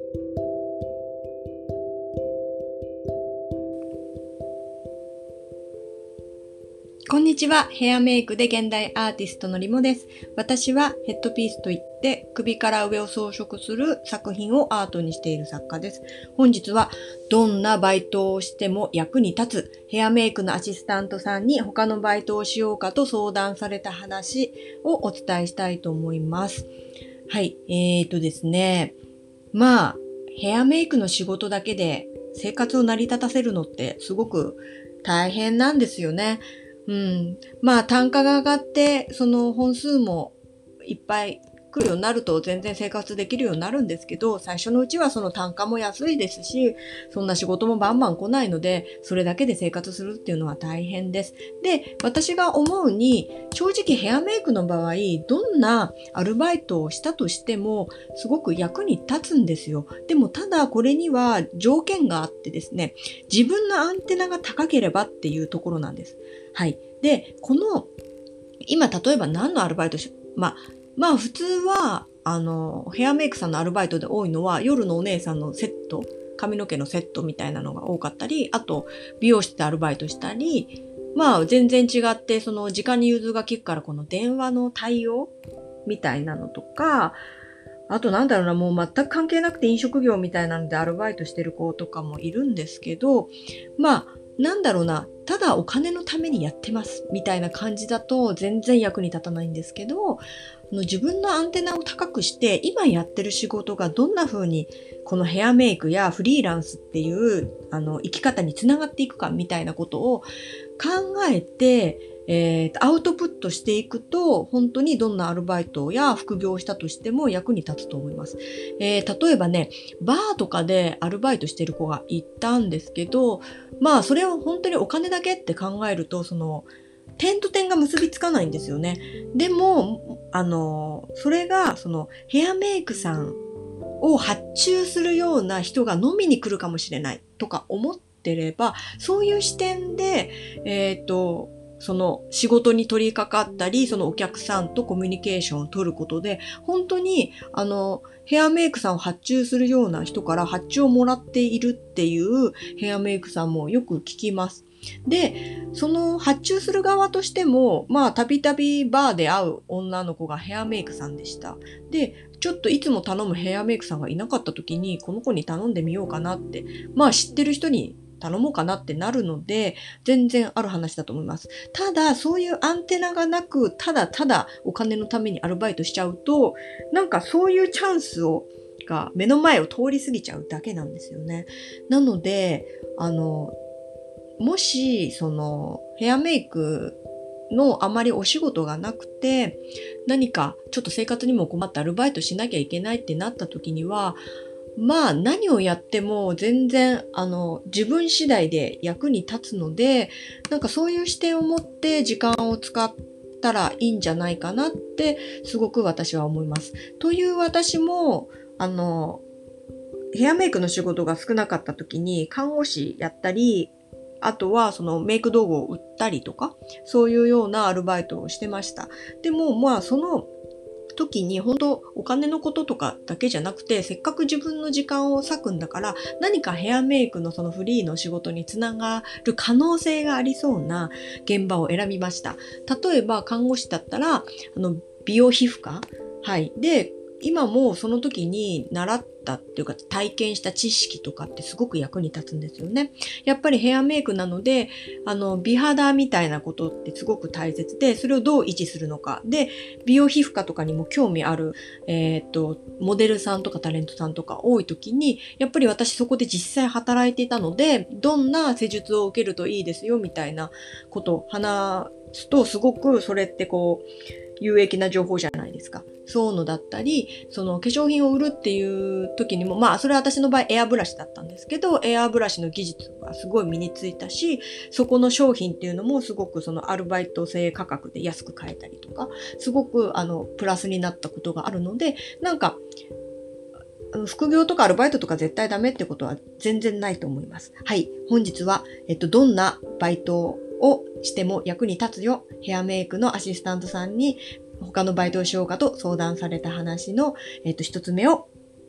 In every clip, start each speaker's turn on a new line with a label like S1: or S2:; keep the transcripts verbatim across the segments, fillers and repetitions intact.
S1: こんにちは。ヘアメイクで現代アーティストのリモです。私はヘッドピースといって首から上を装飾する作品をアートにしている作家です。本日はどんなバイトをしても役に立つヘアメイクのアシスタントさんに他のバイトをしようかと相談された話をお伝えしたいと思います。はい。えーとですね。まあ、ヘアメイクの仕事だけで生活を成り立たせるのってすごく大変なんですよね。うん。まあ単価が上がって、その本数もいっぱい来るようになると全然生活できるようになるんですけど、最初のうちはその単価も安いですし、そんな仕事もバンバン来ないので、それだけで生活するっていうのは大変です。で、私が思うに、正直ヘアメイクの場合、どんなアルバイトをしたとしても、すごく役に立つんですよ。でもただこれには条件があってですね、自分のアンテナが高ければっていうところなんです。はい。で、この、今例えば何のアルバイトし、まあ、まあ普通は、あの、ヘアメイクさんのアルバイトで多いのは、夜のお姉さんのセット、髪の毛のセットみたいなのが多かったり、あと、美容室でアルバイトしたり、まあ全然違って、その時間に融通が利くから、この電話の対応みたいなのとか、あとなんだろうな、もう全く関係なくて飲食業みたいなのでアルバイトしてる子とかもいるんですけど、まあ、なんだろうな、ただお金のためにやってますみたいな感じだと全然役に立たないんですけど、自分のアンテナを高くして今やってる仕事がどんな風にこのヘアメイクやフリーランスっていうあの生き方につながっていくかみたいなことを考えて、えー、アウトプットしていくと本当にどんなアルバイトや副業をしたとしても役に立つと思います。えー、例えばね、バーとかでアルバイトしてる子がいたんですけど、まあそれを本当にお金だけって考えると、その点と点が結びつかないんですよね。でも、あの、それがそのヘアメイクさんを発注するような人が飲みに来るかもしれないとか思ってれば、そういう視点で、えっと、その仕事に取り掛かったり、そのお客さんとコミュニケーションを取ることで、本当に、あの、ヘアメイクさんを発注するような人から発注をもらっているっていうヘアメイクさんもよく聞きます。で、その発注する側としても、まあ、たびたびバーで会う女の子がヘアメイクさんでした。で、ちょっといつも頼むヘアメイクさんがいなかった時に、この子に頼んでみようかなって、まあ知ってる人に頼もうかなってなるので、全然ある話だと思います。ただ、そういうアンテナがなく、ただただお金のためにアルバイトしちゃうと、なんかそういうチャンスを、が目の前を通り過ぎちゃうだけなんですよね。なので、あの、もし、その、ヘアメイクのあまりお仕事がなくて、何かちょっと生活にも困ってアルバイトしなきゃいけないってなった時には、まあ何をやっても全然あの自分次第で役に立つので、なんかそういう視点を持って時間を使ったらいいんじゃないかなってすごく私は思います。という私も、あの、ヘアメイクの仕事が少なかった時に看護師やったり、あとはそのメイク道具を売ったりとか、そういうようなアルバイトをしてました。でもまあその時に本当お金のこととかだけじゃなくて、せっかく自分の時間を割くんだから、何かヘアメイクのそのフリーの仕事につながる可能性がありそうな現場を選びました。例えば看護師だったら、あの美容皮膚科、はい。で、今もその時に習ったっていうか体験した知識とかってすごく役に立つんですよね。やっぱりヘアメイクなので、あの美肌みたいなことってすごく大切で、それをどう維持するのか。で、美容皮膚科とかにも興味ある、えっと、モデルさんとかタレントさんとか多い時に、やっぱり私そこで実際働いていたので、どんな施術を受けるといいですよみたいなことを話すと、すごくそれってこう、有益な情報じゃないですか。そういうのだったり、その化粧品を売るっていう時にも、まあそれは私の場合エアブラシだったんですけど、エアブラシの技術がすごい身についたし、そこの商品っていうのもすごくそのアルバイト制価格で安く買えたりとか、すごくあのプラスになったことがあるので、なんか副業とかアルバイトとか絶対ダメってことは全然ないと思います。はい。本日は、えっと、どんなバイトをしても役に立つよ。ヘアメイクのアシスタントさんに他のバイトをしようかと相談された話の、えっと、一つ目を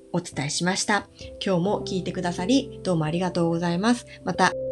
S1: お伝えしました。今日も聞いてくださりどうもありがとうございます。また